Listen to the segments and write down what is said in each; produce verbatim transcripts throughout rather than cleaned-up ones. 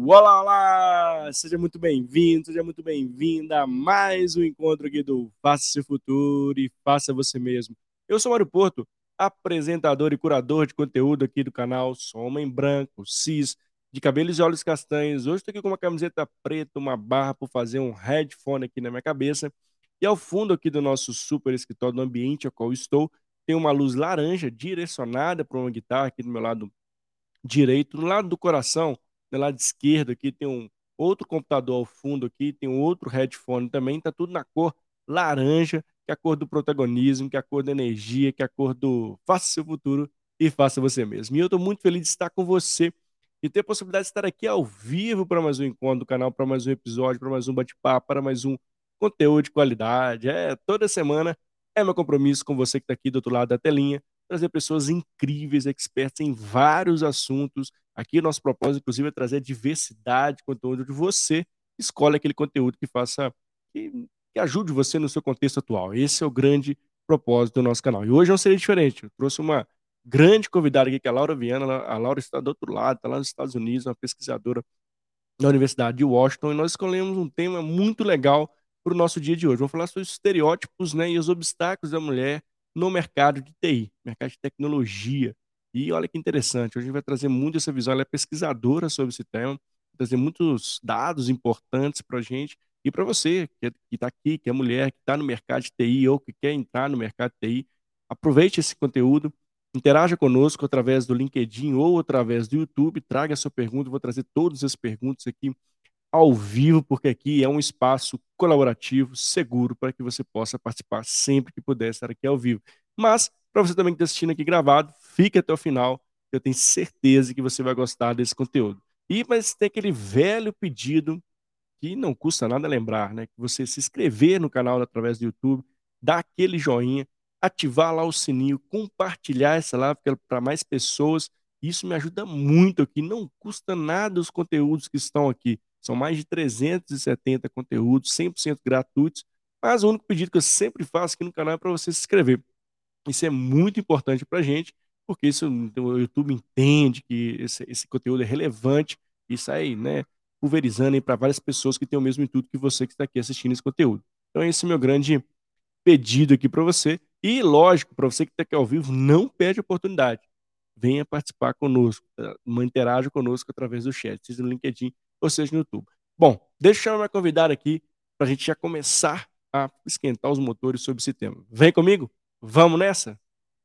Olá, olá! Seja muito bem-vindo, seja muito bem-vinda a mais um encontro aqui do Faça Seu Futuro e Faça Você Mesmo. Eu sou Mário Porto, apresentador e curador de conteúdo aqui do canal. Sou homem branco, cis, de cabelos e olhos castanhos. Hoje estou aqui com uma camiseta preta, uma barra por fazer um headphone aqui na minha cabeça. E ao fundo aqui do nosso super escritório, do ambiente ao qual estou, tem uma luz laranja direcionada para uma guitarra aqui do meu lado direito. No lado do coração, no lado esquerdo aqui, tem um outro computador ao fundo aqui, tem um outro headphone também, tá tudo na cor laranja, que é a cor do protagonismo, que é a cor da energia, que é a cor do faça seu futuro e faça você mesmo. E eu estou muito feliz de estar com você e ter a possibilidade de estar aqui ao vivo para mais um encontro do canal, para mais um episódio, para mais um bate-papo, para mais um conteúdo de qualidade. É, toda semana é meu compromisso com você que está aqui do outro lado da telinha, trazer pessoas incríveis, expertas em vários assuntos. Aqui o nosso propósito, inclusive, é trazer diversidade de conteúdo de você. Escolhe aquele conteúdo que faça, que, que ajude você no seu contexto atual. Esse é o grande propósito do nosso canal. E hoje não seria diferente. Eu trouxe uma grande convidada aqui, que é a Laura Viana. A Laura está do outro lado, está lá nos Estados Unidos, uma pesquisadora na Universidade de Washington, e nós escolhemos um tema muito legal para o nosso dia de hoje. Vamos falar sobre os estereótipos, né, e os obstáculos da mulher no mercado de T I, mercado de tecnologia. E olha que interessante, hoje a gente vai trazer muito essa visão, ela é pesquisadora sobre esse tema, vai trazer muitos dados importantes para a gente e para você que está aqui, que é mulher, que está no mercado de T I ou que quer entrar no mercado de T I. Aproveite esse conteúdo, interaja conosco através do LinkedIn ou através do YouTube, traga a sua pergunta, eu vou trazer todas as perguntas aqui ao vivo, porque aqui é um espaço colaborativo, seguro, para que você possa participar sempre que puder estar aqui ao vivo. Mas, para você também que está assistindo aqui gravado, fique até o final, eu tenho certeza que você vai gostar desse conteúdo. E mas tem aquele velho pedido que não custa nada lembrar, né? Que você se inscrever no canal através do YouTube, dar aquele joinha, ativar lá o sininho, compartilhar essa live para mais pessoas. Isso me ajuda muito aqui. Não custa nada os conteúdos que estão aqui. São mais de trezentos e setenta conteúdos, cem por cento gratuitos. Mas o único pedido que eu sempre faço aqui no canal é para você se inscrever. Isso é muito importante para a gente, porque isso, então, o YouTube entende que esse, esse conteúdo é relevante e sai, né, pulverizando para várias pessoas que têm o mesmo intuito que você que está aqui assistindo esse conteúdo. Então, esse é o meu grande pedido aqui para você. E, lógico, para você que está aqui ao vivo, não perde a oportunidade. Venha participar conosco, tá? Interaja conosco através do chat, seja no LinkedIn ou seja no YouTube. Bom, deixa eu chamar minha convidada aqui para a gente já começar a esquentar os motores sobre esse tema. Vem comigo? Vamos nessa?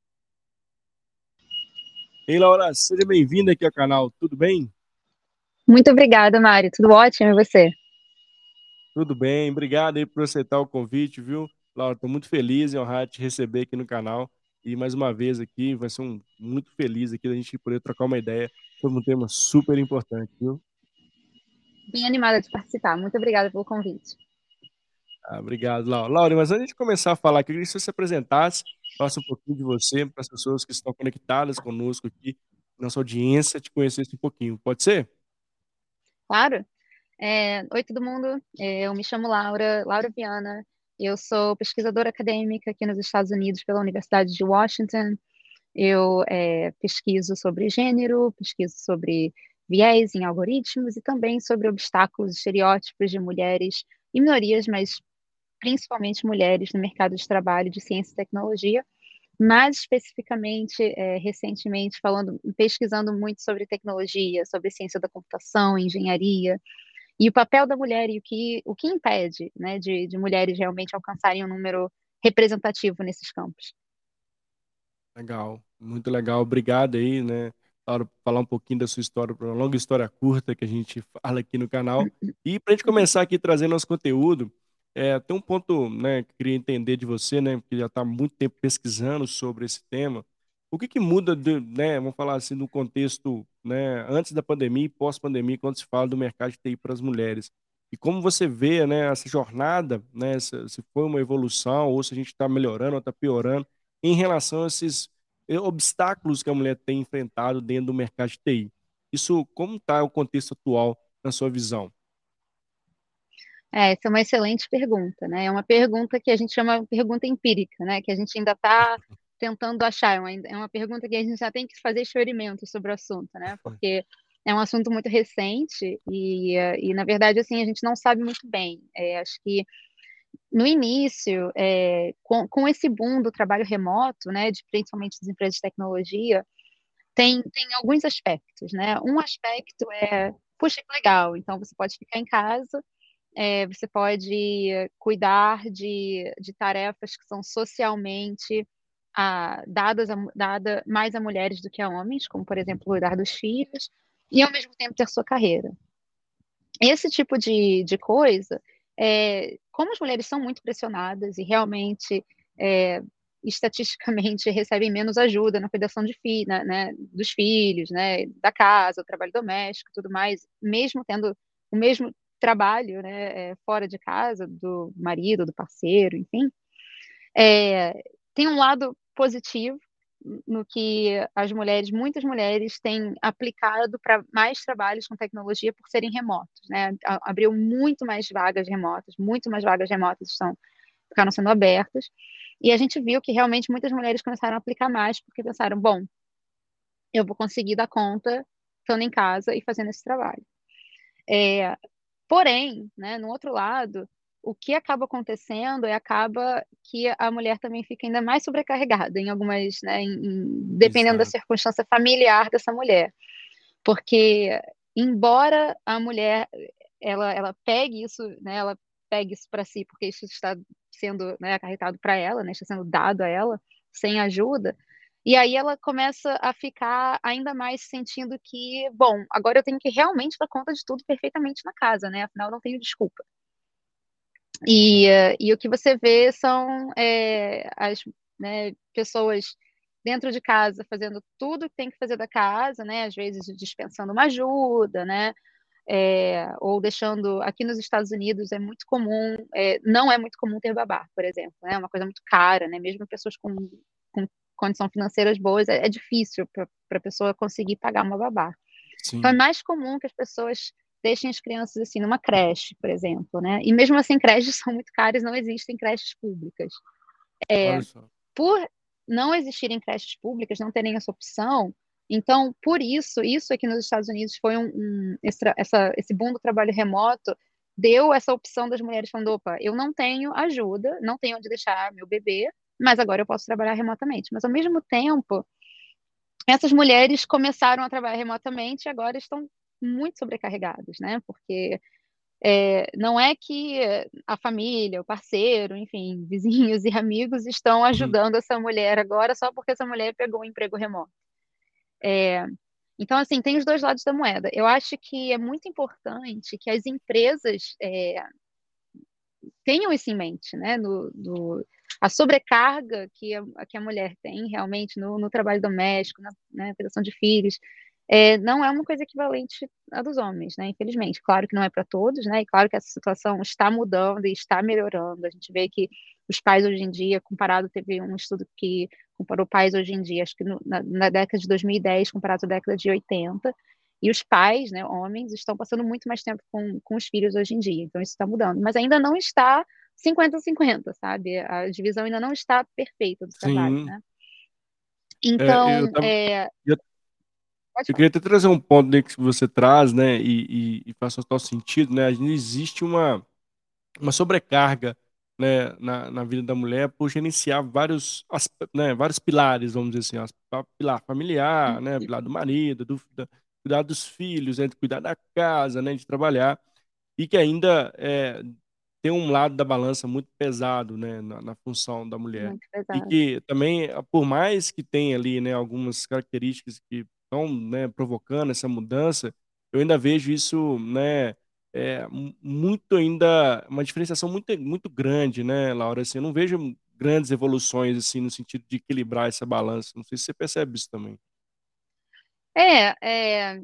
Ei, Laura, seja bem-vinda aqui ao canal, tudo bem? Muito obrigada, Mário. Tudo ótimo, e você? Tudo bem, obrigado aí por aceitar o convite, viu? Laura, estou muito feliz e honrado de te receber aqui no canal. E mais uma vez aqui, vai ser um muito feliz aqui da gente poder trocar uma ideia sobre um tema super importante, viu? Bem animada de participar. Muito obrigada pelo convite. Ah, obrigado, Laura. Laura, mas antes de começar a falar, eu queria que você se apresentasse, falasse um pouquinho de você, para as pessoas que estão conectadas conosco aqui, nossa audiência, te conhecesse um pouquinho. Pode ser? Claro. É, oi, todo mundo. É, eu me chamo Laura, Laura Viana. Eu sou pesquisadora acadêmica aqui nos Estados Unidos pela Universidade de Washington. Eu é, pesquiso sobre gênero, pesquiso sobre viés em algoritmos e também sobre obstáculos, estereótipos de mulheres e minorias, mas principalmente mulheres no mercado de trabalho de ciência e tecnologia. Mais especificamente, é, recentemente, falando, pesquisando muito sobre tecnologia, sobre ciência da computação, engenharia, e o papel da mulher e o que, o que impede, né, de, de mulheres realmente alcançarem um número representativo nesses campos. Legal, muito legal. Obrigado aí, né, Laura, por falar um pouquinho da sua história, para uma longa história curta que a gente fala aqui no canal. E para a gente começar aqui trazendo nosso conteúdo, é, tem um ponto, né, que eu queria entender de você, né, porque já está há muito tempo pesquisando sobre esse tema. O que que muda, de, né, vamos falar assim, no contexto, né, antes da pandemia e pós-pandemia, quando se fala do mercado de T I para as mulheres? E como você vê, né, essa jornada, né, se, se foi uma evolução ou se a gente está melhorando ou está piorando em relação a esses eh, obstáculos que a mulher tem enfrentado dentro do mercado de T I. Isso, como está o contexto atual na sua visão? É, essa é uma excelente pergunta, né? É uma pergunta que a gente chama de pergunta empírica, né? Que a gente ainda está tentando achar. É uma, é uma pergunta que a gente já tem que fazer experimentos sobre o assunto, né? Porque é um assunto muito recente e, eh, e, na verdade, assim, a gente não sabe muito bem. É, acho que no início, é, com, com esse boom do trabalho remoto, né, de, principalmente das empresas de tecnologia, tem, tem alguns aspectos, né? Um aspecto é, puxa, que legal, então você pode ficar em casa, é, você pode cuidar de, de tarefas que são socialmente ah, dadas a, dada mais a mulheres do que a homens, como, por exemplo, cuidar dos filhos, e ao mesmo tempo ter sua carreira. Esse tipo de, de coisa, é, como as mulheres são muito pressionadas e realmente, é, estatisticamente, recebem menos ajuda na cuidação de fi, na, né, dos filhos, né, da casa, o trabalho doméstico, tudo mais, mesmo tendo o mesmo trabalho, né, é, fora de casa, do marido, do parceiro, enfim, é, tem um lado positivo no que as mulheres, muitas mulheres têm aplicado para mais trabalhos com tecnologia por serem remotos, né? Abriu muito mais vagas remotas, muito mais vagas remotas estão ficaram sendo abertas, e a gente viu que realmente muitas mulheres começaram a aplicar mais porque pensaram, bom, eu vou conseguir dar conta estando em casa e fazendo esse trabalho. É, porém, né, no outro lado, o que acaba acontecendo é acaba que a mulher também fica ainda mais sobrecarregada em algumas, né, em, em, dependendo da Exato. circunstância familiar dessa mulher, porque embora a mulher ela, ela pegue isso, né, ela pegue isso para si, porque isso está sendo, né, acarretado para ela, né, está sendo dado a ela sem ajuda. E aí ela começa a ficar ainda mais sentindo que, bom, agora eu tenho que realmente dar conta de tudo perfeitamente na casa, né? Afinal, eu não tenho desculpa. E, Exato. eh, e o que você vê são é, as, né, pessoas dentro de casa fazendo tudo que tem que fazer da casa, né? Às vezes dispensando uma ajuda, né? É, ou deixando. Aqui nos Estados Unidos é muito comum, é, não é muito comum ter babá, por exemplo, né? É uma coisa muito cara, né? Mesmo pessoas com, com condições financeiras boas, é, é difícil para a pessoa conseguir pagar uma babá. Então é Sim. mais comum que as pessoas deixem as crianças assim numa creche, por exemplo, né? E mesmo assim, creches são muito caras, não existem creches públicas. Olha só. Por não existirem creches públicas, não terem essa opção, então, por isso, isso aqui nos Estados Unidos foi um, um esse, essa, esse boom do trabalho remoto, deu essa opção das mulheres falando, opa, eu não tenho ajuda, não tenho onde deixar meu bebê, mas agora eu posso trabalhar remotamente. Mas, ao mesmo tempo, essas mulheres começaram a trabalhar remotamente e agora estão muito sobrecarregadas, né? Porque é, não é que a família, o parceiro, enfim, vizinhos e amigos estão Uhum. ajudando essa mulher agora só porque essa mulher pegou um emprego remoto. É, então, assim, tem os dois lados da moeda. Eu acho que é muito importante que as empresas é, tenham isso em mente, né? No, no, a sobrecarga que a, que a mulher tem realmente no, no trabalho doméstico, na, né, criação de filhos, é, não é uma coisa equivalente à dos homens, né? Infelizmente. Claro que não é para todos, né? E claro que essa situação está mudando e está melhorando. A gente vê que os pais hoje em dia, comparado, teve um estudo que comparou pais hoje em dia, acho que no, na, na década de dois mil e dez, comparado à década de oitenta, e os pais, né, homens, estão passando muito mais tempo com, com os filhos hoje em dia, então isso está mudando. Mas ainda não está cinquenta a cinquenta, sabe? A divisão ainda não está perfeita do trabalho, Sim. né? É, eu Então, tava é... eu pode eu falar. queria até trazer um ponto aí que você traz, né, e e e faz total sentido, né, existe uma uma sobrecarga, né, na na vida da mulher por gerenciar vários aspe né, vários pilares, vamos dizer assim, as pa pilar familiar, né, pilar do marido, do da cuidar dos filhos, né, de cuidar da casa, né, de trabalhar, e que ainda, eh, tem um lado da balança muito pesado, né, na na função da mulher. Muito E pesado. que também, ah, por mais que tenha ali, né, algumas características que estão, né, provocando essa mudança, eu ainda vejo isso, né, eh, mu muito ainda uma diferenciação muito muito grande, né, Laura, assim, eu não vejo grandes evoluções, assim, no sentido de equilibrar essa balança, não sei se você percebe isso também. É, é,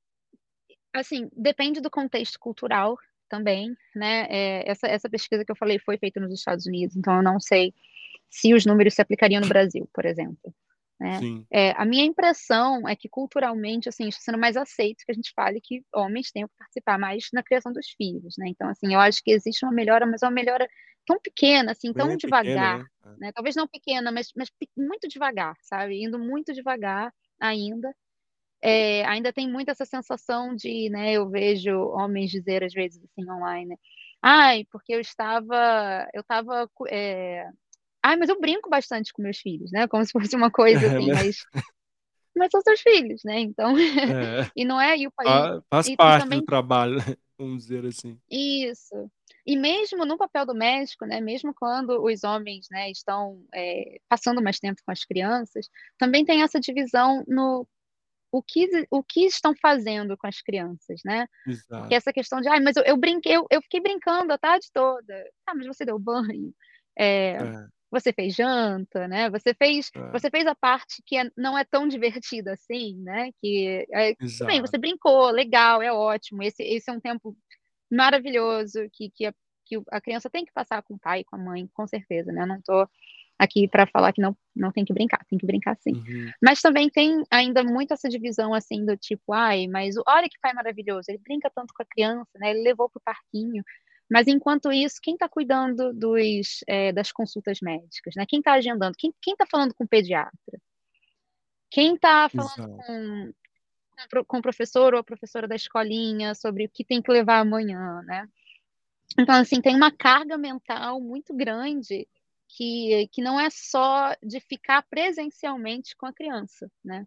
assim, depende do contexto cultural também, né? É, essa, essa pesquisa que eu falei foi feita nos Estados Unidos, então eu não sei se os números se aplicariam no Brasil, por exemplo, né? Sim. É, a minha impressão é que culturalmente, assim, está sendo mais aceito que a gente fale que homens tenham que participar mais na criação dos filhos, né? Então, assim, eu acho que existe uma melhora, mas é uma melhora tão pequena, assim, tão Bem pequena, devagar, né. É. né? Talvez não pequena, mas, mas pe- muito devagar, sabe? Indo muito devagar ainda. é, ainda tem muito essa sensação de, né, eu vejo homens dizer às vezes assim online, né, ai, porque eu estava, eu estava, cu- é, ai, mas eu brinco bastante com meus filhos, né, como se fosse uma coisa É, assim, né? mas, mas são seus filhos, né, então, É, e não é, e, o pa- e, fa- faz e, e parte do também trabalho, né? Vamos dizer assim. isso. E mesmo no papel doméstico, né, mesmo quando os homens, né, estão, é, passando mais tempo com as crianças, também tem essa divisão no o que, o que estão fazendo com as crianças, né? Porque Exato. essa questão de, ai, mas eu, eu brinquei, eu, eu fiquei brincando a tarde toda. Ah, mas você deu banho? É, É, você fez janta, né? Você fez, é, você fez a parte que é- não é tão divertida assim, né? Que é, tudo bem, exato. você brincou, legal, é ótimo. Esse, esse é um tempo maravilhoso que, que, a, que a criança tem que passar com o pai e com a mãe, com certeza, né? Eu não tô aqui para falar que não, não tem que brincar, tem que brincar sim. Uhum. Mas também tem ainda muito essa divisão assim do tipo, ai, mas olha que pai maravilhoso, ele brinca tanto com a criança, né? Ele levou pro parquinho. Mas enquanto isso, quem está cuidando dos, é, das consultas médicas, né? Quem está agendando? Quem está falando com o pediatra? Quem está falando Exato. com, com o professor ou a professora da escolinha sobre o que tem que levar amanhã, né? Então, assim, tem uma carga mental muito grande que, que não é só de ficar presencialmente com a criança, né?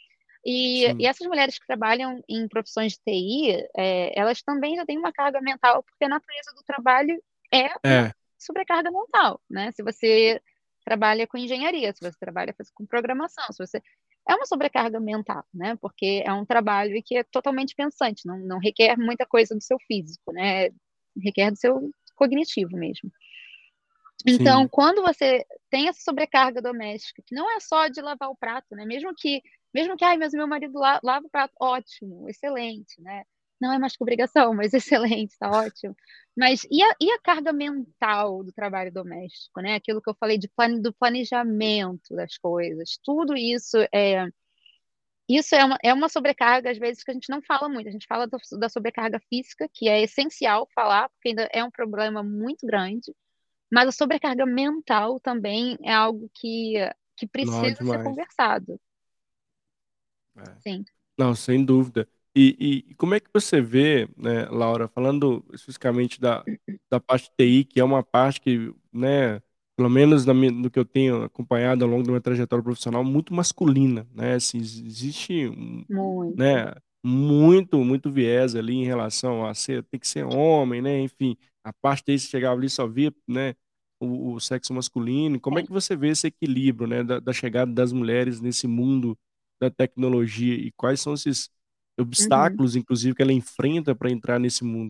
E, e Sim. essas mulheres que trabalham em profissões de T I, é, elas também já têm uma carga mental, porque a natureza do trabalho é uma É, sobrecarga mental, né? Se você trabalha com engenharia, se você trabalha com programação, se você... É uma sobrecarga mental, né? Porque é um trabalho que é totalmente pensante, não, não requer muita coisa do seu físico, né? Requer do seu cognitivo mesmo. Então, sim. quando você tem essa sobrecarga doméstica, que não é só de lavar o prato, né? Mesmo que, mesmo que, ai, mas meu marido la- lava o prato, ótimo, excelente, né? Não é mais que obrigação, mas excelente, tá ótimo. Mas e a, e a carga mental do trabalho doméstico, né? Aquilo que eu falei de plane, do planejamento das coisas, tudo isso é isso é uma, é uma sobrecarga, às vezes, que a gente não fala muito. A gente fala do- da sobrecarga física, que é essencial falar, porque ainda é um problema muito grande. Mas a sobrecarga mental também é algo que, que Não, precisa ser demais. conversado. É. Sim. Não, sem dúvida. E, e como é que você vê, né, Laura, falando especificamente da, da parte de T I, que é uma parte que, né, pelo menos na minha- no que eu tenho acompanhado ao longo da minha trajetória profissional, muito masculina, né? Assim, ex- existe, um, Muito. né, muito, muito viés ali em relação a ser, tem que ser homem, né? Enfim, a parte T I você chegava ali e só via, né, o, o sexo masculino. Como é Sim. que você vê esse equilíbrio, né, da, da chegada das mulheres nesse mundo da tecnologia e quais são esses Uhum. obstáculos, inclusive, que ela enfrenta para entrar nesse mundo?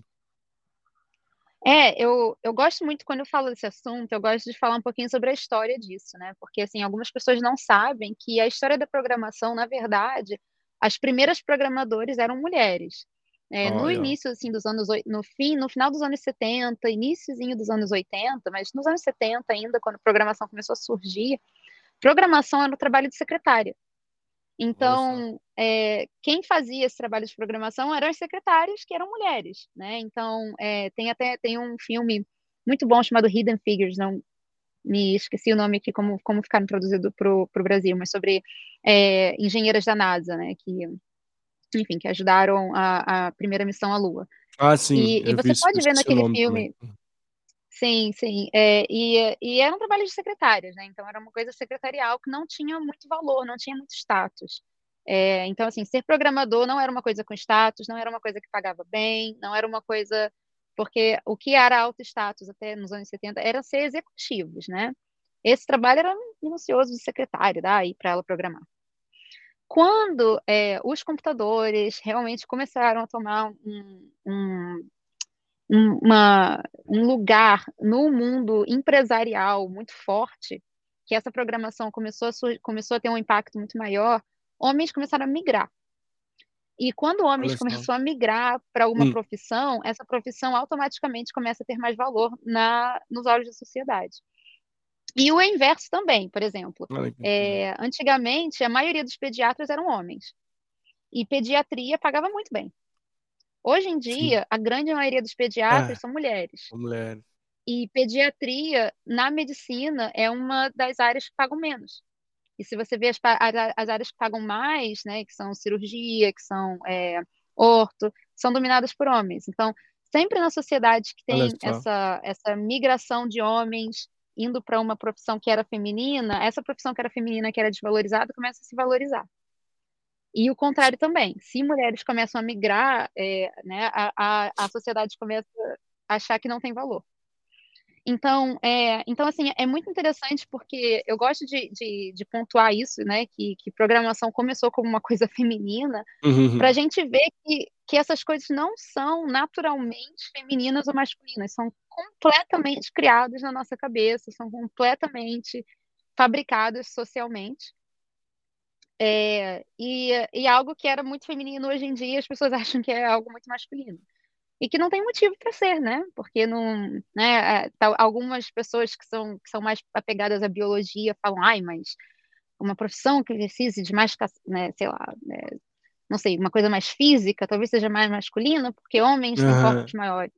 É, eu, eu gosto muito, quando eu falo desse assunto, eu gosto de falar um pouquinho sobre a história disso, né? Porque, assim, algumas pessoas não sabem que a história da programação, na verdade, as primeiras programadoras eram mulheres. É, no Olha, ó. início, assim, dos anos, oi- no fim, no final dos anos setenta, iniciozinho dos anos oitenta, mas nos anos setenta ainda, quando a programação começou a surgir, programação era o trabalho de secretária. Olha só. Então, é, quem fazia esse trabalho de programação eram as secretárias, que eram mulheres, né? Então, é, tem até tem um filme muito bom chamado Hidden Figures, não me esqueci o nome aqui, como, como ficaram traduzido para o Brasil, mas sobre é, engenheiras da NASA, né? Que, enfim, que ajudaram a, a primeira missão à Lua. Ah, sim, E, e eu vi você isso, eu pode ver esqueci o naquele nome também. filme, sim, sim, é, e, e era um trabalho de secretárias, né? Então era uma coisa secretarial que não tinha muito valor, não tinha muito status. É, então, assim, ser programador não era uma coisa com status, não era uma coisa que pagava bem, não era uma coisa. Porque o que era alto status até nos anos setenta era ser executivos, né? Esse trabalho era minucioso de secretário, daí para ela programar. Quando é, os computadores realmente começaram a tomar um, um um, uma, um lugar no mundo empresarial muito forte, que essa programação começou a, sur- começou a ter um impacto muito maior, homens começaram a migrar. E quando homens Olha só. começam a migrar para alguma Hum, profissão, essa profissão automaticamente começa a ter mais valor na, nos olhos da sociedade. E o inverso também, por exemplo. olha que É, interessante. antigamente, a maioria dos pediatras eram homens. E pediatria pagava muito bem. Hoje em Sim. dia, a grande maioria dos pediatras É, são mulheres. mulheres. E pediatria, na medicina, é uma das áreas que pagam menos. E se você vê as, pa- as as áreas que pagam mais, né, que são cirurgia, que são é, orto, são dominadas por homens. Então, sempre na sociedade que Olha tem só. essa, essa migração de homens indo para uma profissão que era feminina, essa profissão que era feminina, que era desvalorizada, começa a se valorizar. E o contrário também. Se mulheres começam a migrar, é, né, a, a, a sociedade começa a achar que não tem valor. Então, é, então assim, é muito interessante porque eu gosto de, de, de pontuar isso, né, que, que programação começou como uma coisa feminina, para a Uhum. gente ver que, que essas coisas não são naturalmente femininas ou masculinas, são completamente criadas na nossa cabeça, são completamente fabricadas socialmente. É, e, e algo que era muito feminino hoje em dia, as pessoas acham que é algo muito masculino. E que não tem motivo para ser, né? Porque não, né, é, tal- algumas pessoas que são, que são mais apegadas à biologia falam, ai, mas uma profissão que precise de mais, ca- né, sei lá, né, não sei, uma coisa mais física, talvez seja mais masculina, porque homens têm corpos Aham. maiores.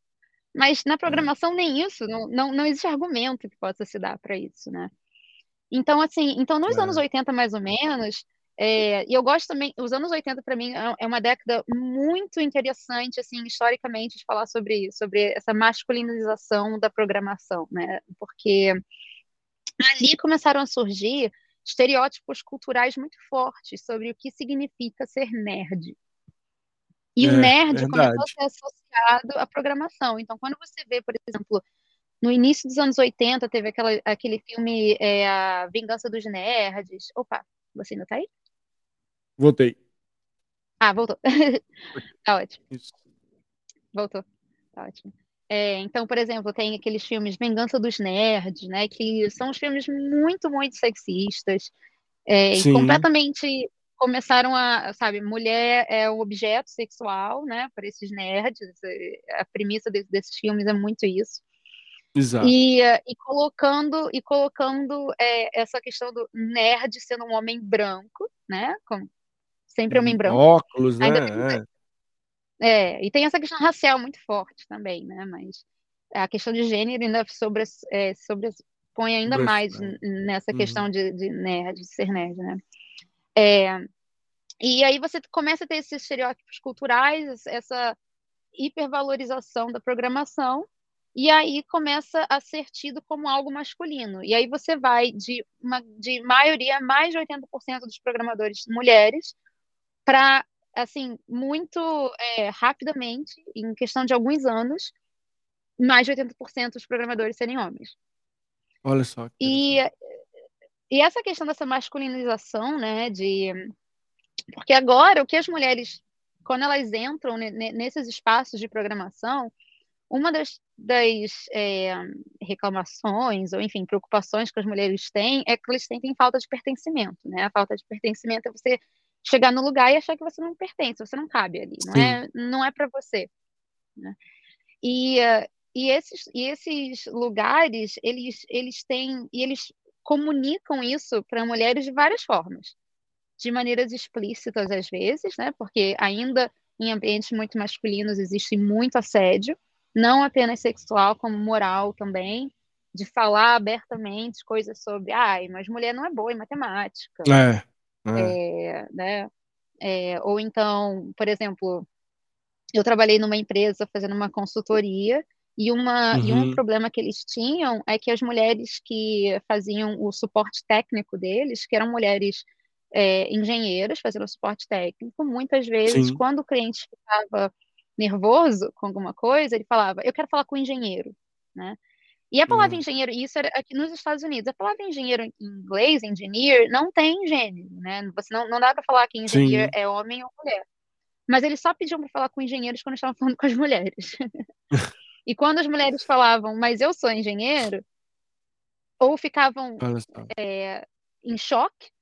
Mas na É. programação nem isso, não, não, não existe argumento que possa se dar para isso, né? Então, assim, então nos anos É. oitenta mais ou menos, é, e eu gosto também, os anos oitenta para mim é é uma década muito interessante, assim, historicamente, de falar sobre, sobre essa masculinização da programação, né? Porque ali começaram a surgir estereótipos culturais muito fortes sobre o que significa ser nerd. E o É, nerd começou a verdade. ser associado à programação. Então, quando você vê, por exemplo, no início dos anos oitenta, teve aquela, aquele filme é, A Vingança dos Nerds. Opa, você ainda tá aí? Voltei. Ah, voltou. Tá ótimo. Isso. Voltou. Tá ótimo. É, então, por exemplo, tem aqueles filmes Vingança dos Nerds, né? Que são os filmes muito, muito sexistas, é, e Sim, completamente começaram a, sabe, mulher é um objeto sexual, né? Para esses nerds. A premissa de- desses filmes é muito isso. exato. E, eh, e colocando e colocando é, essa questão do nerd sendo um homem branco, né? Como sempre homem Uhum. branco. Óculos, Ainda tem, né? É. é, e tem essa questão racial muito forte também, né? Mas a questão de gênero ainda sobre, é, sobrepõe ainda Braço, mais né? n- nessa Uhum. questão de, de nerd, de ser nerd, né? É, e aí você começa a ter esses estereótipos culturais, essa hipervalorização da programação, e aí começa a ser tido como algo masculino. E aí você vai de, uma, de maioria, mais de oitenta por cento dos programadores mulheres, para, assim, muito é, rapidamente, em questão de alguns anos, mais de oitenta por cento dos programadores serem homens. Olha só que E, interessante. e essa questão dessa masculinização, né, de... Porque agora, o que as mulheres, quando elas entram ne- ne- nesses espaços de programação, uma das, das é, reclamações, ou enfim, preocupações que as mulheres têm é que eles sentem falta de pertencimento, né? A falta de pertencimento é você chegar no lugar e achar que você não pertence, você não cabe ali, não Sim. é, não é para você, né? E, uh, e, esses, e esses lugares, eles, eles têm, e eles comunicam isso para mulheres de várias formas, de maneiras explícitas às vezes, né? Porque ainda em ambientes muito masculinos existe muito assédio, não apenas sexual, como moral também, de falar abertamente coisas sobre, ai, mas mulher não é boa em matemática, É, é. é, né? É, ou então, por exemplo, eu trabalhei numa empresa fazendo uma consultoria e, uma, e um Uhum. problema que eles tinham é que as mulheres que faziam o suporte técnico deles, que eram mulheres é, engenheiras fazendo suporte técnico, muitas vezes, Sim. quando o cliente ficava nervoso com alguma coisa, ele falava, eu quero falar com o engenheiro, né? E a palavra É. engenheiro, isso era aqui nos Estados Unidos, a palavra engenheiro em inglês, engineer, não tem gênero, né? Você não, não dá para falar que engenheiro Sim. é homem ou mulher. Mas eles só pediam para falar com engenheiros quando estavam falando com as mulheres. E quando as mulheres falavam, mas eu sou engenheiro, ou ficavam Olha só. em choque,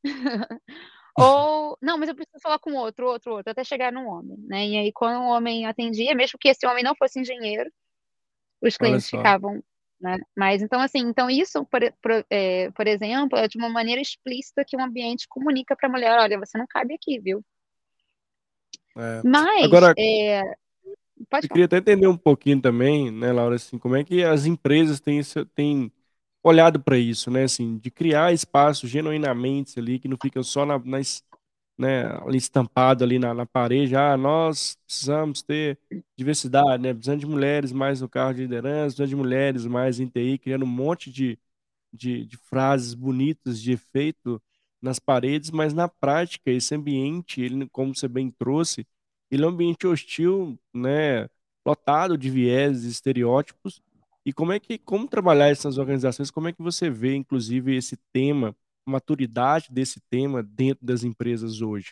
ou, não, mas eu preciso falar com outro, outro, outro, até chegar num homem, né? E aí, quando o homem atendia, mesmo que esse homem não fosse engenheiro, os Olha clientes só. ficavam, né? Mas, então, assim, então isso, por, por, é, por exemplo, é de uma maneira explícita que o ambiente comunica para a mulher, olha, você não cabe aqui, viu? É. Mas, Agora, é, pode eu falar. queria até entender um pouquinho também, né, Laura, assim, como é que as empresas têm esse, têm olhado para isso, né, assim, de criar espaços genuinamente ali, que não fica só na nas né, ali estampado ali na na parede, "Ah, nós precisamos ter diversidade, né, precisamos de mulheres mais no cargo de liderança, precisamos de mulheres mais em T I", criando um monte de de de frases bonitas de efeito nas paredes, mas na prática esse ambiente, ele, como você bem trouxe, ele é um ambiente hostil, né, lotado de vieses e estereótipos. E como é que como trabalhar essas organizações, como é que você vê inclusive esse tema, a maturidade desse tema dentro das empresas hoje?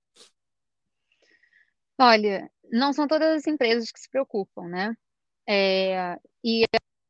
Olha, não são todas as empresas que se preocupam, né. Eh, e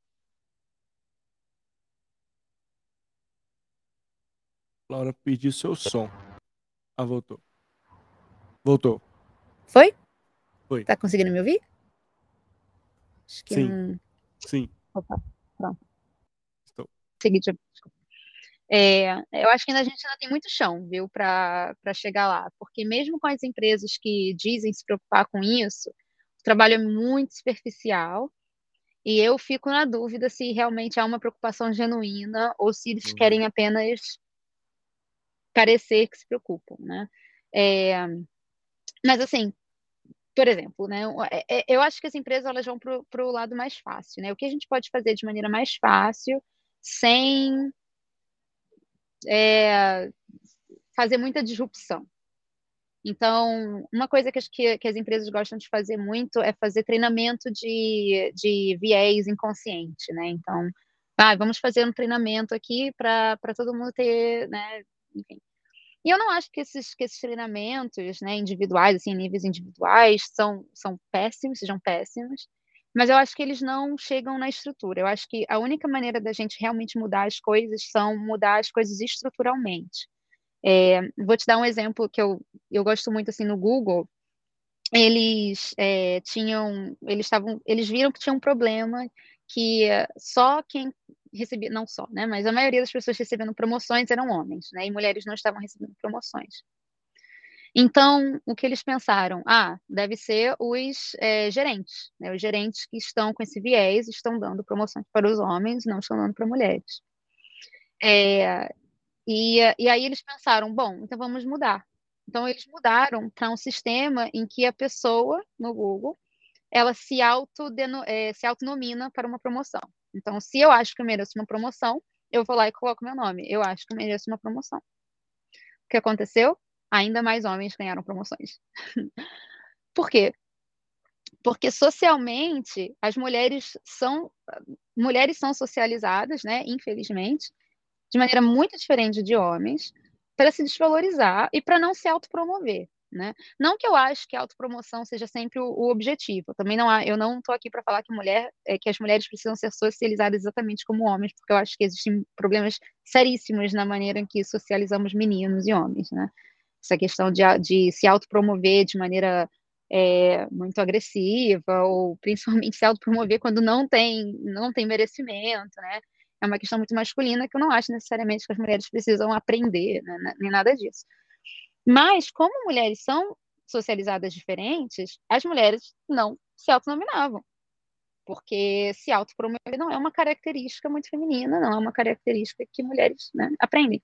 Laura, perdi o seu som. Ah, voltou. Voltou. Foi? Foi. Tá conseguindo me ouvir? Acho que Sim, não. sim. Opa, pronto. Estou. Segui de É, eu acho que ainda a gente ainda tem muito chão, viu, para para chegar lá, porque mesmo com as empresas que dizem se preocupar com isso, o trabalho é muito superficial, e eu fico na dúvida se realmente há uma preocupação genuína ou se eles Uhum. querem apenas parecer que se preocupam, né. Eh, mas assim, por exemplo, né, o eh eh, eu acho que as empresas elas vão para o para o lado mais fácil, né, o que a gente pode fazer de maneira mais fácil, sem eh, fazer muita disrupção. Então, uma coisa que as que que as empresas gostam de fazer muito é fazer treinamento de de viés inconsciente, né, então, "Ah, vamos fazer um treinamento aqui para pra todo mundo ter", né, enfim. E eu não acho que esses que esses treinamentos, né, individuais, assim, níveis individuais, são são péssimos, sejam péssimos, mas eu acho que eles não chegam na estrutura. Eu acho que a única maneira da gente realmente mudar as coisas são mudar as coisas estruturalmente. Eh, vou te dar um exemplo que eu eu gosto muito, assim, no Google, eles, eh, tinham eles estavam eles viram que tinha um problema que eh, só quem recebia não só, né, mas a maioria das pessoas recebendo promoções eram homens, né, e mulheres não estavam recebendo promoções. Então, o que eles pensaram: "Ah, deve ser os, eh, gerentes, né, os gerentes que estão com esse viés, estão dando promoções para os homens, não estão dando para mulheres". Eh E e aí eles pensaram: "Bom, então vamos mudar". Então eles mudaram para um sistema em que a pessoa, no Google, ela se autodeno eh, se autonomina para uma promoção. Então, se eu acho que eu mereço uma promoção, eu vou lá e coloco meu nome: "Eu acho que eu mereço uma promoção". O que aconteceu? Ainda mais homens ganharam promoções. Por quê? Porque socialmente as mulheres são mulheres são socializadas, né, infelizmente, de maneira muito diferente de homens, para se desvalorizar e para não se autopromover, né. Não que eu acho que a autopromoção seja sempre o o objetivo, eu também não a eu não estou aqui para falar que mulher eh, que as mulheres precisam ser socializadas exatamente como homens, porque eu acho que existem problemas seríssimos na maneira em que socializamos meninos e homens, né. Essa questão de a de se autopromover de maneira, eh, muito agressiva ou principalmente se autopromover quando não tem não tem merecimento, né. É uma questão muito masculina que eu não acho necessariamente que as mulheres precisam aprender, né, né, nem nada disso. Mas como mulheres são socializadas diferentes, as mulheres não se autonominavam, porque se autopromover não é uma característica muito feminina, não é uma característica que mulheres, né, aprendem.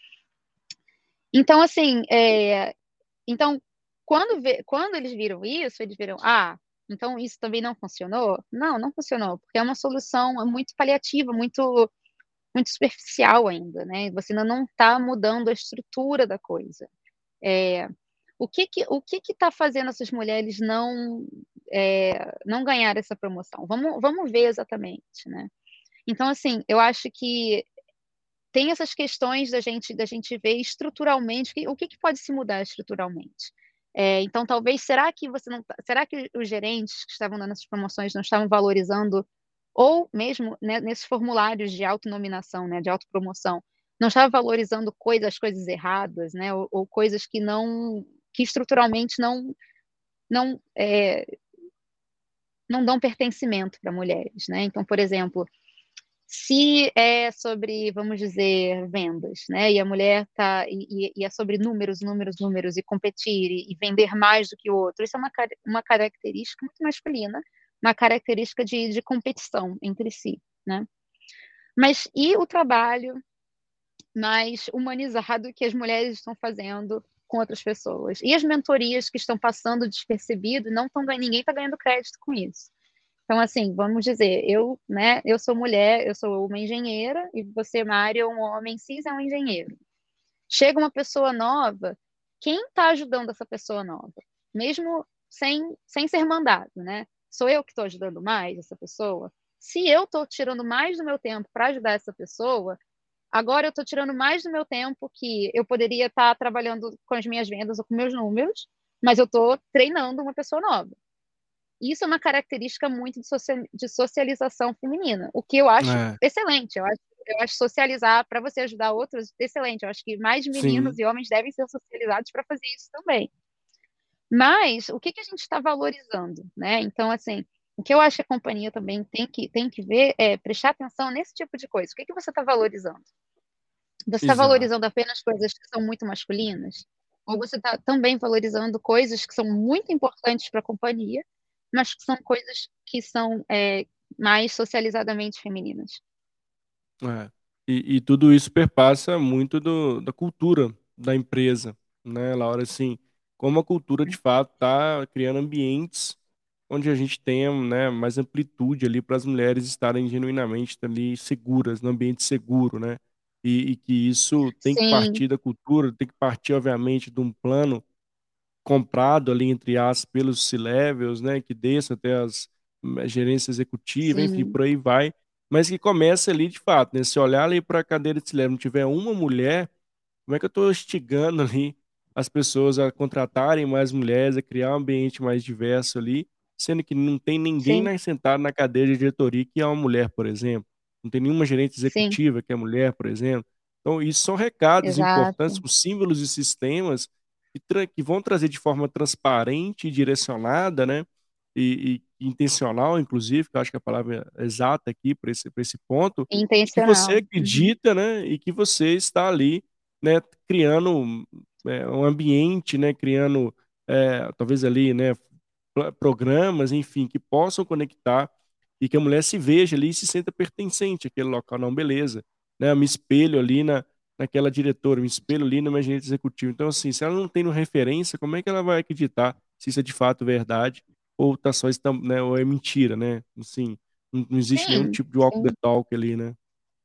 Então assim, eh, então quando vê quando eles viram isso, eles viram: "Ah, então isso também não funcionou?". Não, não funcionou, porque é uma solução muito paliativa, muito muito superficial ainda, né, você ainda não está mudando a estrutura da coisa. Eh, o que que o que que está fazendo essas mulheres não, eh, não ganhar essa promoção? Vamos vamos ver exatamente, né. Então, assim, eu acho que tem essas questões da gente da gente ver estruturalmente que o que que pode se mudar estruturalmente. Eh, então talvez será que você não tá será que os gerentes que estavam dando essas promoções não estavam valorizando ou mesmo, né, nesses formulários de autonominação, né, de autopromoção, não estava valorizando coisas as coisas erradas, né, ou ou coisas que não que estruturalmente não não, eh, não dão pertencimento para mulheres, né. Então, por exemplo, se é sobre, vamos dizer, vendas, né, e a mulher tá e e e é sobre números, números, números e competir e e vender mais do que o outro, isso é uma cara uma característica muito masculina, uma característica de de competição entre si, né. Mas e o trabalho mais humanizado que as mulheres estão fazendo com outras pessoas? E as mentorias que estão passando despercebido, não estão ganhando, ninguém está ganhando crédito com isso. Então, assim, vamos dizer, eu, né, eu sou mulher, eu sou uma engenheira, e você, Mário, é um homem cis, é um engenheiro. Chega uma pessoa nova, quem está ajudando essa pessoa nova? Mesmo sem, sem ser mandado, né? Sou eu que estou ajudando mais essa pessoa? Se eu estou tirando mais do meu tempo para ajudar essa pessoa, agora eu estou tirando mais do meu tempo que eu poderia estar trabalhando com as minhas vendas ou com meus números, mas eu estou treinando uma pessoa nova. Isso é uma característica muito de, social, de socialização feminina, o que eu acho É, excelente. Eu acho, eu acho socializar para você ajudar outros excelente. Eu acho que mais meninos sim, e homens devem ser socializados para fazer isso também. Mas o que, que a gente está valorizando, né? Então, assim, o que eu acho que a companhia também tem que, tem que ver é prestar atenção nesse tipo de coisa. O que, que você está valorizando? Você está exato. valorizando apenas coisas que são muito masculinas? Ou você está também valorizando coisas que são muito importantes para a companhia, mas que são coisas que são é, mais socializadamente femininas? É. E, e tudo isso perpassa muito do, da cultura da empresa, né, Laura? Assim, como a cultura de fato está criando ambientes onde a gente tenha, né, mais amplitude ali para as mulheres estarem genuinamente ali seguras, no ambiente seguro, né? E, e que isso tem que Sim, partir da cultura, tem que partir, obviamente, de um plano comprado ali, entre aspas, pelos C-levels, né, que desça até as hum, gerência executiva, enfim, sim, por aí vai, mas que comece ali de fato, né, se olhar ali para a cadeira de C-level, não tiver uma mulher, como é que eu estou instigando ali as pessoas a contratarem mais mulheres, a criar um ambiente mais diverso ali, sendo que não tem ninguém sim, na, sentado na cadeira de diretoria que é uma mulher, por exemplo, não tem nenhuma gerente sim, executiva que é mulher, por exemplo. Então, isso são recados importantes, exato. são símbolos e sistemas que, tra- que vão trazer de forma transparente e direcionada, né? E, e intencional, inclusive, que eu acho que é a palavra exata aqui para esse, para esse ponto, de que você Intencional. Uhum. acredita, né? E que você está ali, né? Criando é, um ambiente, né? Criando, é, talvez ali, né? pla- Programas, enfim, que possam conectar e que a mulher se veja ali e se sinta pertencente àquele local. Não, beleza, né? Eu me espelho ali na naquela diretora, me espelho ali no meu gerente executivo. Então, assim, se ela não tem uma referência, como é que ela vai acreditar se isso é de fato verdade ou tá só estam- né, ou é mentira, né? Assim, não, não existe nenhum Sim, tipo de walk the sim. talk ali, né?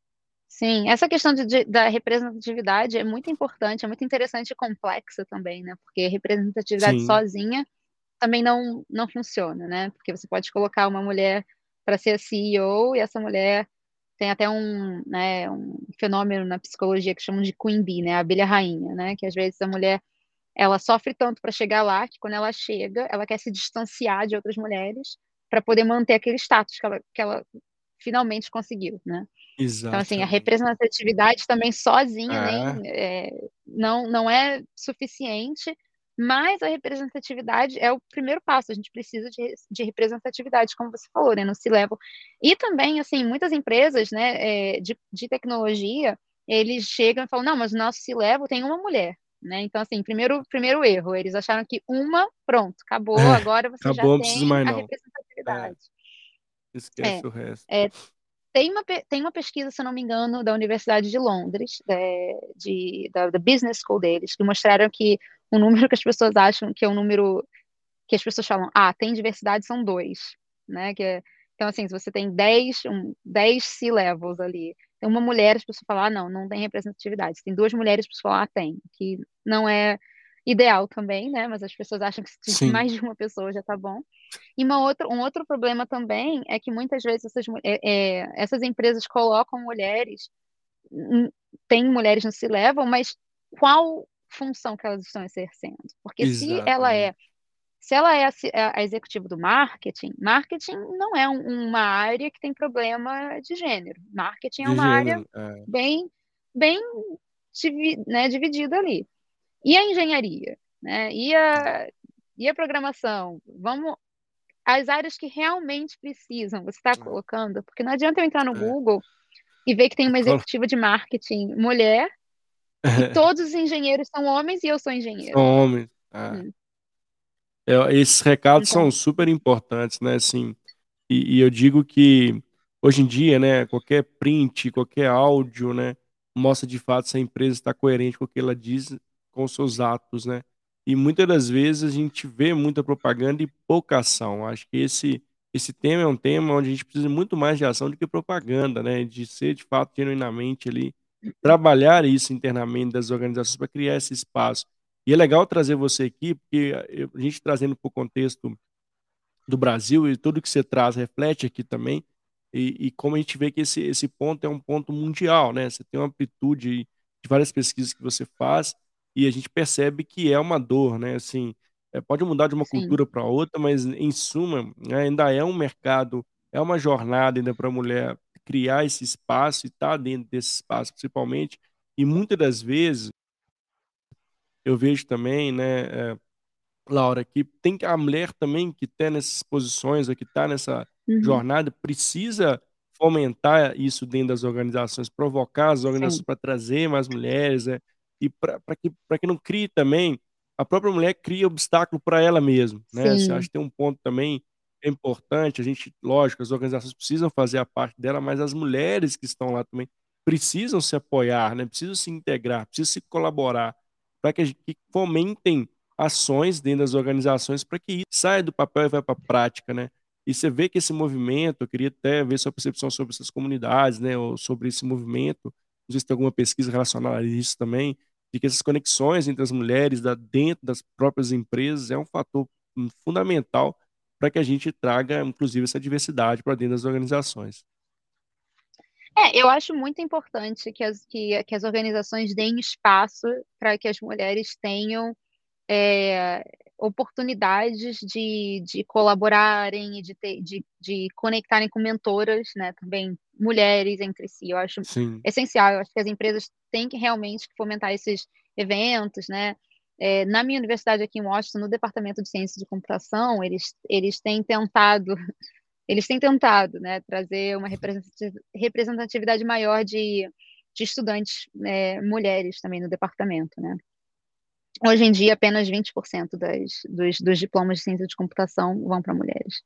Sim, essa questão de, de- da representatividade é muito importante, é muito interessante e complexa também, né? Porque representatividade Sim, sozinha também não, não funciona, né? Porque você pode colocar uma mulher para ser a C E O e essa mulher tem até um, né, um fenômeno na psicologia que chamam de Queen Bee, né? A abelha rainha, né? Que às vezes a mulher ela sofre tanto para chegar lá que quando ela chega, ela quer se distanciar de outras mulheres para poder manter aquele status que ela, que ela finalmente conseguiu, né? Então, assim, a exatamente. representatividade também sozinha É, nem é, não, não é suficiente, mas a representatividade é o primeiro passo. A gente precisa de, de representatividade, como você falou, né, no C-level. E também, assim, muitas empresas, né, é, de, de tecnologia, eles chegam e falam, não, mas o nosso C-level tem uma mulher, né? Então, assim, primeiro, primeiro erro, eles acharam que uma, pronto, acabou, é, agora você já acabou, não preciso tem mais a não. É, representatividade. É, esquece o resto. é, tem uma, pe- tem uma pesquisa, se eu não me engano, da Universidade de Londres, é, de, da, da Business School deles, que mostraram que o número que as pessoas acham que é um número que as pessoas falam, ah, tem diversidade, são dois, né? Que é- então, assim, se você tem dez um, dez C-levels ali, tem uma mulher, as pessoas falam, ah, não, não tem representatividade. Se tem duas mulheres, as pessoas falam, ah, tem, que não é ideal também, né? Mas as pessoas acham que se tiver Sim, mais de uma pessoa já tá bom. E uma outra, um outro problema também é que muitas vezes essas, mu- é, é, essas empresas colocam mulheres, hum, tem mulheres no C-level, mas qual função que elas estão exercendo? Porque se ela é, exatamente. se ela é a, ci- a a executiva do marketing, marketing não é um- uma área que tem problema de gênero. Marketing é De uma área gênero. É, bem, bem divi- né, dividida ali. E a engenharia, né? E a, e a programação? Vamos as áreas que realmente precisam, você está colocando, porque não adianta eu entrar no é, é. Google e ver que tem E uma colo- executiva de marketing mulher e todos os engenheiros são homens e eu sou São engenheiro. homens. É. Hum, É, esses recados são Então, super importantes, né? Assim, e, e eu digo que hoje em dia, né, qualquer print, qualquer áudio, né, mostra de fato se a empresa está coerente com o que ela diz com os seus atos, né. E muitas das vezes a gente vê muita propaganda e pouca ação. Acho que esse esse tema é um tema onde a gente precisa muito mais de ação do que propaganda, né, de ser de fato genuinamente ali, trabalhar isso internamente das organizações para criar esse espaço. E é legal trazer você aqui, porque eu a gente trazendo para o contexto do Brasil e tudo que você traz reflete aqui também, e e como a gente vê que esse esse ponto é um ponto mundial, né, você tem uma amplitude aí de várias pesquisas que você faz, e a gente percebe que é uma dor, né, assim, eh, pode mudar de uma Sim, cultura para outra, mas em suma, né, ainda é um mercado, é uma jornada ainda para a mulher criar esse espaço e estar dentro desse espaço principalmente, e muitas das vezes eu vejo também, né, eh Laura, que tem que a mulher também que está nessas posições, ou que está nessa uhum, jornada, precisa fomentar isso dentro das organizações, provocar as organizações sim, para trazer mais mulheres, né, e para que para que não crie também a própria mulher cria obstáculo para ela mesma, né. Você acha sim, que tem um ponto também é importante, a gente lógico, as organizações precisam fazer a parte dela, mas as mulheres que estão lá também precisam se apoiar, né, precisam se integrar, precisam se colaborar, para que a gen que fomentem ações dentro das organizações para que isso saia do papel e vá para a prática, né. E você vê que esse movimento eu queria até ver sua percepção sobre essas comunidades, né, ou sobre esse movimento, não sei se tem alguma pesquisa relacionada a isso também, de que essas conexões entre as mulheres da dentro das próprias empresas é um fator, hum, fundamental para que a gente traga, inclusive, essa diversidade para dentro das organizações. É, eu acho muito importante que as que que as organizações deem espaço para que as mulheres tenham, eh, oportunidades de de colaborarem e de ter de de conectarem com mentoras, né, também mulheres entre si. Eu acho Sim. essencial, eu acho que as empresas têm que realmente fomentar esses eventos, né. Eh, na minha universidade aqui em Washington, no departamento de ciência de computação, eles eles têm tentado eles têm tentado, né, trazer uma representati representatividade maior de de estudantes, eh, mulheres também no departamento, né. Hoje em dia, apenas vinte por cento das dos dos diplomas de ciência de computação vão para mulheres.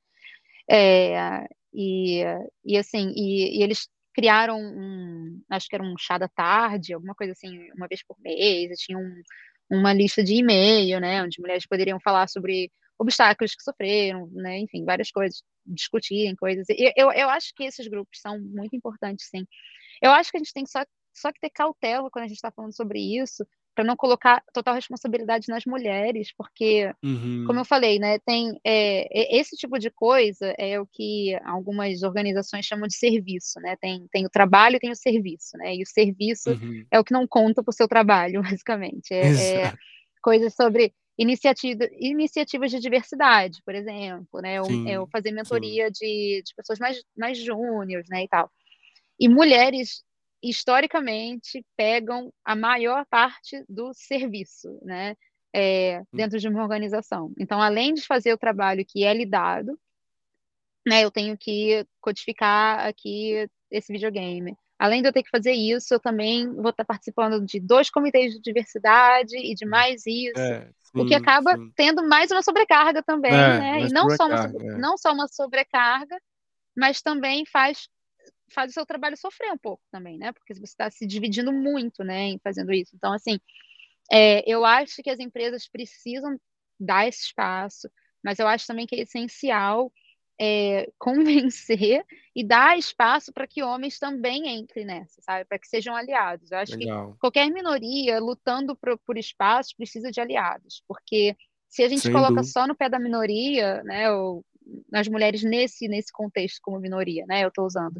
Eh, e e assim, e e eles criaram um acho que era um chá da tarde, alguma coisa assim, uma vez por mês, e tinha um uma lista de e-mail, né, onde mulheres poderiam falar sobre obstáculos que sofreram, né, enfim, várias coisas, discutirem coisas. E eu eu acho que esses grupos são muito importantes, sim. Eu acho que a gente tem só só que ter cautela quando a gente está falando sobre isso, para não colocar total responsabilidade nas mulheres, porque, como eu Uhum. falei, né, tem, eh, e esse tipo de coisa é o que algumas organizações chamam de serviço, né, tem tem o trabalho e tem o serviço, né, e o serviço Uhum. é o que não conta para o seu trabalho, basicamente. É é Exato. coisas sobre iniciativa iniciativas de diversidade, por exemplo, né, ou é o Sim, fazer sim. mentoria de de pessoas mais mais júniores, né, e tal. E mulheres, historicamente, pegam a maior parte do serviço, né, eh, Hum. dentro de uma organização. Então, além de fazer o trabalho que é lhe dado, né, eu tenho que codificar aqui esse videogame. Além de eu ter que fazer isso, eu também vou estar participando de dois comitês de diversidade e de mais isso, É, o que sim, acaba sim. tendo mais uma sobrecarga também, É, né, e mais não só uma sobre sobrecarga, é. não só uma sobrecarga, mas também faz faz o seu trabalho sofrer um pouco também, né, porque você está se dividindo muito, né, em fazendo isso. Então, assim, eh, eu acho que as empresas precisam dar esse espaço, mas eu acho também que é essencial, eh, convencer e dar espaço para que homens também entrem nessa, sabe, para que sejam aliados. Eu acho que Legal. qualquer minoria lutando pro por espaço precisa de aliados, porque se a gente Sem coloca dúvida. só no pé da minoria, né, ou nas mulheres nesse nesse contexto como minoria, né, eu estou usando,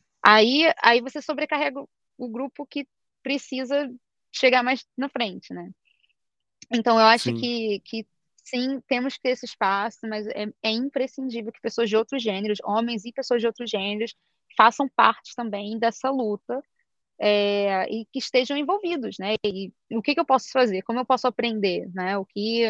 Aí aí você sobrecarrega o o grupo que precisa chegar mais na frente, né. Então eu acho Sim, que que sim, temos que ter esse espaço, mas é é imprescindível que pessoas de outros gêneros, homens e pessoas de outros gêneros, façam parte também dessa luta, eh, e que estejam envolvidos, né. E o que que eu posso fazer? Como eu posso aprender, né, o que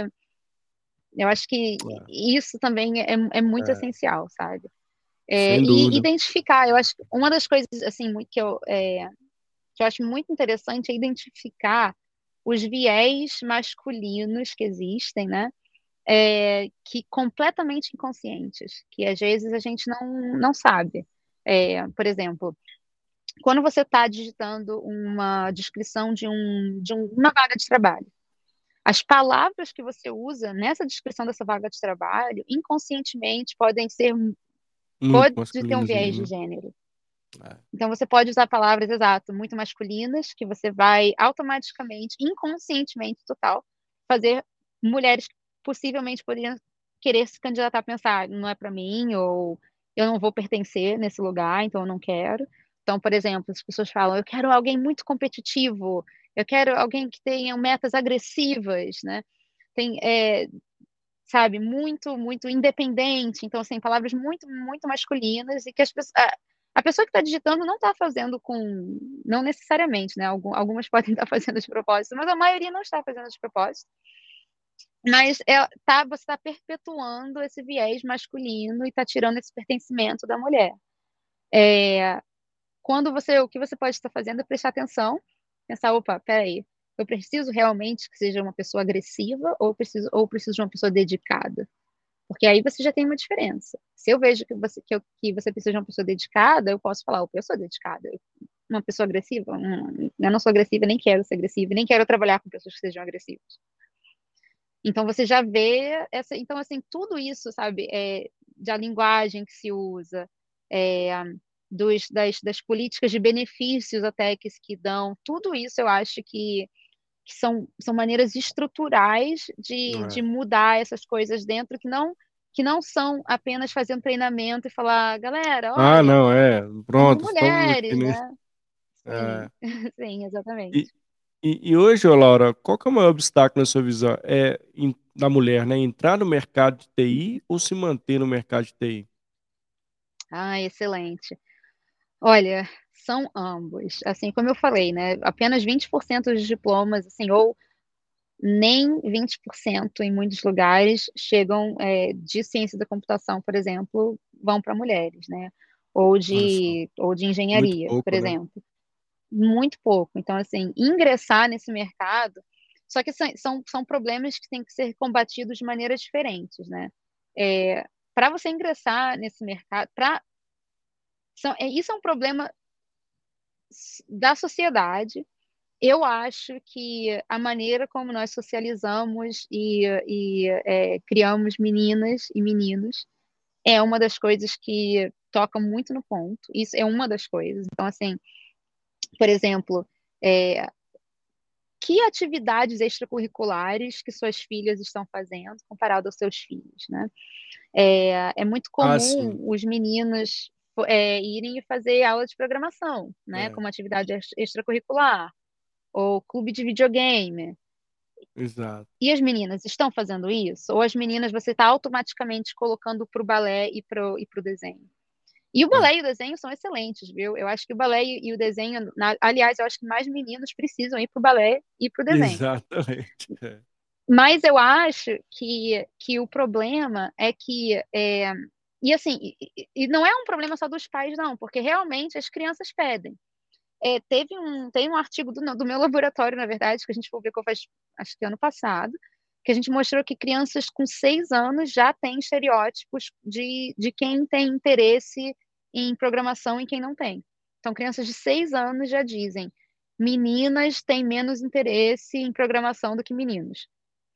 eu acho que é, isso também é é muito é, essencial, sabe. Eh, sem e dúvida. identificar, eu acho que uma das coisas, assim, muito que eu, eh que eu acho muito interessante é identificar os viés masculinos que existem, né, eh, que completamente inconscientes, que às vezes a gente não não sabe. É, por exemplo, quando você está digitando uma descrição de, um, de um- uma vaga de trabalho, as palavras que você usa nessa descrição dessa vaga de trabalho, inconscientemente, podem ser, Muito pode ter um masculinas viés de mesmo. gênero. É. Então, você pode usar palavras, exato, muito masculinas, que você vai automaticamente, inconscientemente, total, fazer mulheres que possivelmente poderiam querer se candidatar a pensar, não é para mim, ou eu não vou pertencer nesse lugar, então eu não quero. Então, por exemplo, as pessoas falam, eu quero alguém muito competitivo, eu quero alguém que tenha metas agressivas, né? Tem, é, sabe, muito, muito independente. Então, assim, palavras muito, muito masculinas e que as pessoas, a, a pessoa que está digitando não está fazendo com, não necessariamente, né? Algum, algumas podem estar fazendo de propósito, mas a maioria não está fazendo de propósito. Mas é, tá, você está perpetuando esse viés masculino e está tirando esse pertencimento da mulher. É, quando você, o que você pode estar fazendo é prestar atenção, pensar, opa, peraí, eu preciso realmente que seja uma pessoa agressiva ou preciso, ou preciso de uma pessoa dedicada? Porque aí você já tem uma diferença. Se eu vejo que você, que eu, que você precisa de uma pessoa dedicada, eu posso falar, opa, eu sou dedicada. Uma pessoa agressiva? Hum, eu não sou agressiva, nem quero ser agressiva, nem quero trabalhar com pessoas que sejam agressivas. Então você já vê essa. Então, assim, tudo isso, sabe, é, da linguagem que se usa, é, dos, das, das políticas de benefícios até que, que dão, tudo isso eu acho que, que são, são maneiras estruturais de, de É. mudar essas coisas dentro que não, que não são apenas fazer um treinamento e falar, galera, Ah, olha, não, é. somos Pronto, estamos aqui mulheres, nesse. né? Sim, É. sim, exatamente. E, e, e hoje, ô, Laura, qual que é o maior obstáculo na sua visão? É em- da mulher, né? Entrar no mercado de T I ou se manter no mercado de T I? Ah, excelente. Olha, são ambos. Assim, como eu falei, né, apenas vinte por cento dos diplomas, assim, ou nem vinte por cento em muitos lugares chegam, é, de ciência da computação, por exemplo, vão para mulheres, né? Ou Olha só. de, ou de Muito engenharia, por pouco, né? exemplo. Muito pouco. Então, assim, ingressar nesse mercado. Só que são, são, são problemas que têm que ser combatidos de maneiras diferentes, né? É, para você ingressar nesse mercado, pra, são, é, isso é um problema da sociedade. Eu acho que a maneira como nós socializamos e, e é, criamos meninas e meninos é uma das coisas que toca muito no ponto. Isso é uma das coisas. Então, assim, por exemplo, é, que atividades extracurriculares que suas filhas estão fazendo comparado aos seus filhos, né? É, é muito Ah, comum sim. os meninos é, irem fazer aula de programação, né, É, como atividade extracurricular, ou clube de videogame. exato. E as meninas estão fazendo isso? Ou as meninas você está automaticamente colocando para o balé e para o desenho? E o É. balé e o desenho são excelentes, viu? Eu acho que o balé e o desenho, na, aliás, eu acho que mais meninos precisam ir para o balé e para o desenho. Exatamente. É. Mas eu acho que, que o problema é que. É, e assim, e, e não é um problema só dos pais, não, porque realmente as crianças pedem. É, teve um, tem um artigo do, do meu laboratório, na verdade, que a gente publicou faz, acho que ano passado, que a gente mostrou que crianças com seis anos já têm estereótipos de, de quem tem interesse em programação e quem não tem. Então, crianças de seis anos já dizem: meninas têm menos interesse em programação do que meninos.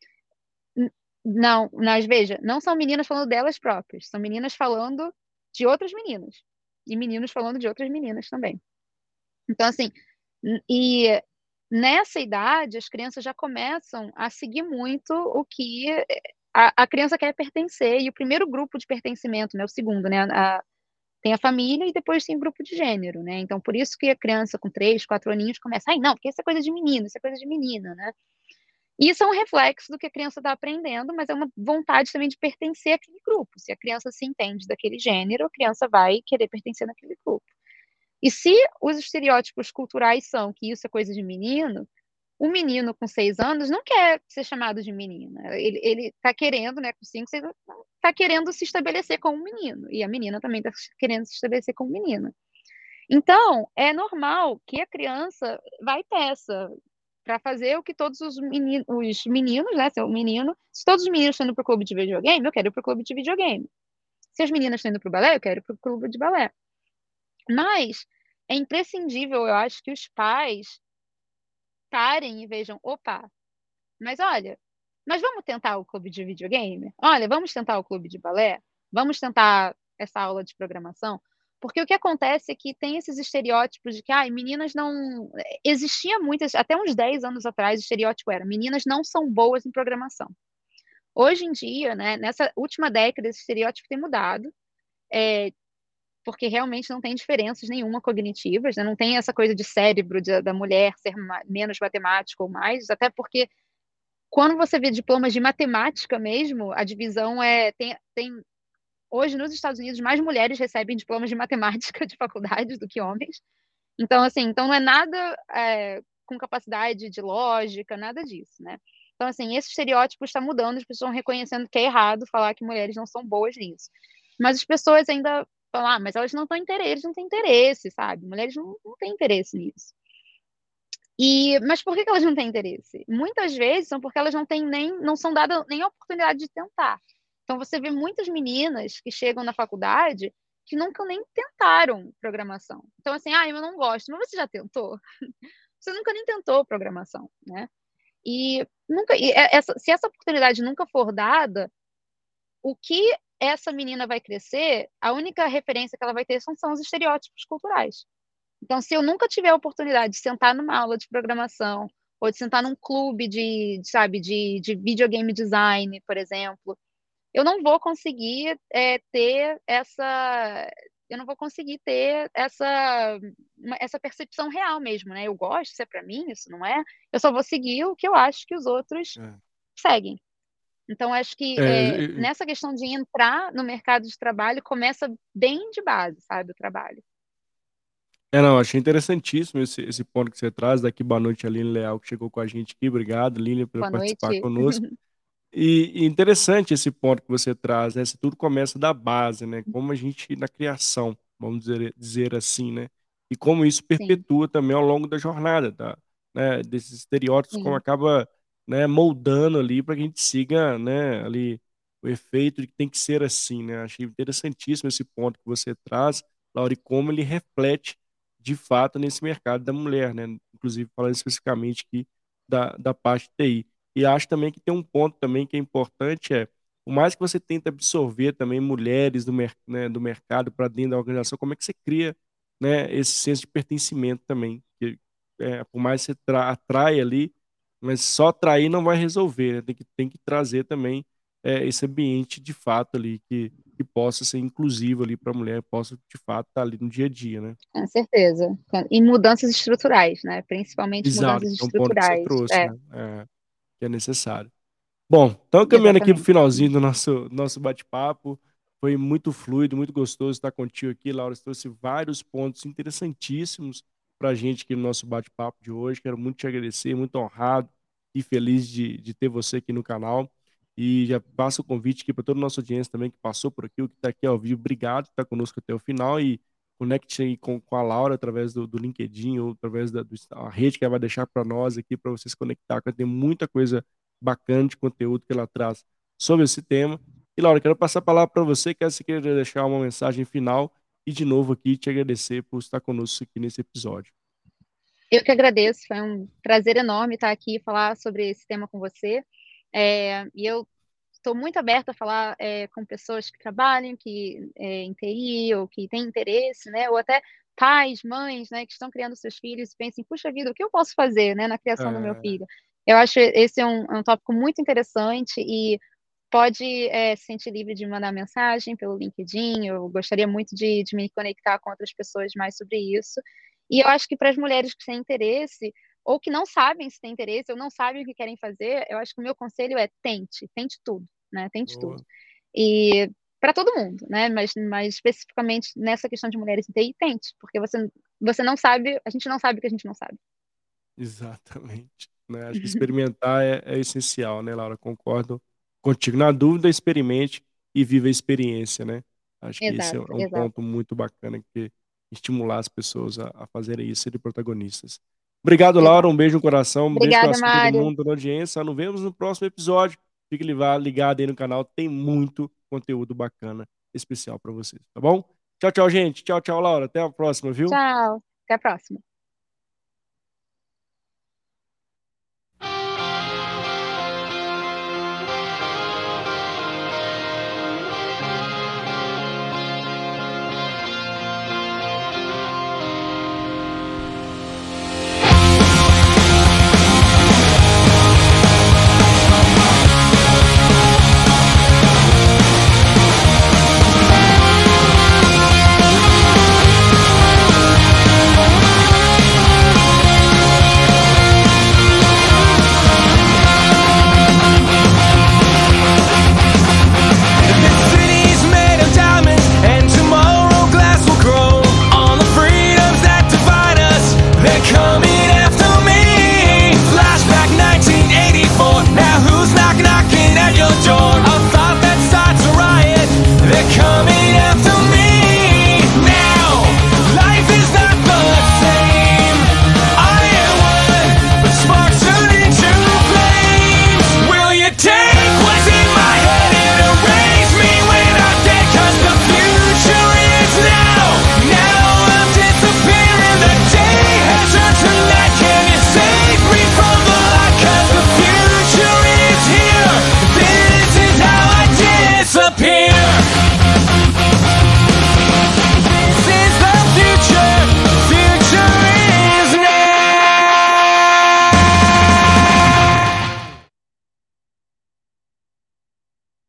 N- Não, mas veja, não são meninas falando delas próprias, são meninas falando de outras meninas. E meninos falando de outras meninas também. Então, assim, n- e nessa idade, as crianças já começam a seguir muito o que a, a criança quer pertencer. E o primeiro grupo de pertencimento, né, o segundo, né, a- tem a família e depois tem o grupo de gênero, né? Então, por isso que a criança com três, quatro aninhos começa, ai, não, porque isso é coisa de menino, isso é coisa de menina, né? E isso é um reflexo do que a criança está aprendendo, mas é uma vontade também de pertencer àquele grupo. Se a criança se entende daquele gênero, a criança vai querer pertencer naquele grupo. E se os estereótipos culturais são que isso é coisa de menino, o menino com seis anos não quer ser chamado de menina. Ele, ele tá querendo, né, com cinco, seis anos, tá querendo se estabelecer como menino. E a menina também está querendo se estabelecer como menina. Então, é normal que a criança vai peça para fazer o que todos os meninos, os meninos, né, seu menino, se todos os meninos estão indo para o clube de videogame, eu quero ir para o clube de videogame. Se as meninas estão indo para o balé, eu quero ir para o clube de balé. Mas é imprescindível, eu acho, que os pais parem e vejam, opa, mas olha, nós vamos tentar o clube de videogame? Olha, vamos tentar o clube de balé? Vamos tentar essa aula de programação? Porque o que acontece é que tem esses estereótipos de que, ai, meninas não. Existia muitas, até uns dez anos atrás, o estereótipo era: meninas não são boas em programação. Hoje em dia, né, nessa última década, esse estereótipo tem mudado, é, porque realmente não tem diferenças nenhuma cognitivas, né? Não tem essa coisa de cérebro de, da mulher ser ma- menos matemática ou mais, até porque quando você vê diplomas de matemática mesmo, a divisão é. Tem, tem, hoje, nos Estados Unidos, mais mulheres recebem diplomas de matemática de faculdades do que homens. Então, assim, então não é nada é, com capacidade de lógica, nada disso, né? Então, assim, esse estereótipo está mudando, as pessoas estão reconhecendo que é errado falar que mulheres não são boas nisso. Mas as pessoas ainda falam, ah, mas elas não têm interesse, não têm interesse, sabe? Mulheres não, não têm interesse nisso. E, mas por que que elas não têm interesse? Muitas vezes são porque elas não têm nem, não são dadas nem a oportunidade de tentar. Então você vê muitas meninas que chegam na faculdade que nunca nem tentaram programação. Então assim, ah, eu não gosto, mas você já tentou? Você nunca nem tentou programação, né? E nunca, e essa, se essa oportunidade nunca for dada, o que essa menina vai crescer, a única referência que ela vai ter são, são os estereótipos culturais. Então, se eu nunca tiver a oportunidade de sentar numa aula de programação, ou de sentar num clube de, de, sabe, de, de videogame design, por exemplo, eu não vou conseguir é, ter essa, eu não vou conseguir ter essa, uma- essa percepção real mesmo, né? Eu gosto, isso é para mim, isso não é. Eu só vou seguir o que eu acho que os outros É, seguem. Então, acho que é, é, e- nessa questão de entrar no mercado de trabalho, começa bem de base, sabe, o trabalho. é, não, achei interessantíssimo esse, esse ponto que você traz. Daqui, boa noite, Aline Leal, que chegou com a gente aqui. Obrigado, Aline, por Boa participar noite. conosco. E, e interessante esse ponto que você traz, né? Se tudo começa da base, né? Como a gente, na criação, vamos dizer, dizer assim, né? E como isso Sim, perpetua também ao longo da jornada, tá? Né? Desses estereótipos, como sim. acaba, né, moldando ali para que a gente siga, né, ali o efeito de que tem que ser assim, né? Achei interessantíssimo esse ponto que você traz, Laura, e como ele reflete de fato nesse mercado da mulher, né? Inclusive falando especificamente aqui da, da parte de T I. E acho também que tem um ponto também que é importante, é, por mais que você tente absorver também mulheres do, mer né, do mercado para dentro da organização, como é que você cria, né, esse senso de pertencimento também? Que, é, por mais que você tra atrai ali, mas só atrair não vai resolver, né? Tem que, tem que trazer também é, esse ambiente de fato ali que, que possa ser inclusivo ali para a mulher, possa de fato estar ali no dia a dia, né? Com certeza. E mudanças estruturais, né? Principalmente Exato, mudanças que é um ponto que você estruturais. trouxe, É, né? É, que é necessário. Bom, então caminhando aqui para o exatamente. finalzinho do nosso, nosso bate-papo, foi muito fluido, muito gostoso estar contigo aqui, Laura. Você trouxe vários pontos interessantíssimos para a gente aqui no nosso bate-papo de hoje. Quero muito te agradecer, muito honrado e feliz de, de ter você aqui no canal. E já passo o convite aqui para toda a nossa audiência também que passou por aqui, o que está aqui ao vivo. Obrigado por estar conosco até o final e conecte aí com, com a Laura através do, do LinkedIn ou através da do, a rede que ela vai deixar para nós aqui, para vocês conectar, porque tem muita coisa bacana de conteúdo que ela traz sobre esse tema. E, Laura, quero passar a palavra para você, que você queira deixar uma mensagem final e, de novo, aqui te agradecer por estar conosco aqui nesse episódio. Eu que agradeço, foi um prazer enorme estar aqui e falar sobre esse tema com você. É, e eu estou muito aberta a falar é, com pessoas que trabalham que, é, em T I ou que têm interesse, né? Ou até pais, mães, né, que estão criando seus filhos e pensem, puxa vida, o que eu posso fazer, né, na criação do meu É, filho? Eu acho esse é um, é um tópico muito interessante e pode é, se sentir livre de mandar mensagem pelo LinkedIn. Eu gostaria muito de, de me conectar com outras pessoas mais sobre isso. E eu acho que para as mulheres que têm interesse, ou que não sabem se têm interesse, ou não sabem o que querem fazer, eu acho que o meu conselho é tente, tente tudo, né? Tente tudo. boa. E para todo mundo, né? Mas, mas especificamente nessa questão de mulheres em T I, tente, porque você, você não sabe, a gente não sabe o que a gente não sabe. Exatamente. Né? Acho que experimentar é, é essencial, né, Laura? Concordo contigo. Na dúvida, experimente e viva a experiência, né? Acho que esse é Exato, um exato. ponto muito bacana, que estimular as pessoas a, a fazerem isso, serem protagonistas. Obrigado, Laura. Exato. Um beijo no coração, um beijo no Obrigada, coração de todo Mário. mundo na audiência. Nos vemos no próximo episódio. Fique ligado aí no canal, tem muito conteúdo bacana, especial para vocês, tá bom? Tchau, tchau, gente. Tchau, tchau, Laura. Até a próxima, viu? Tchau, até a próxima.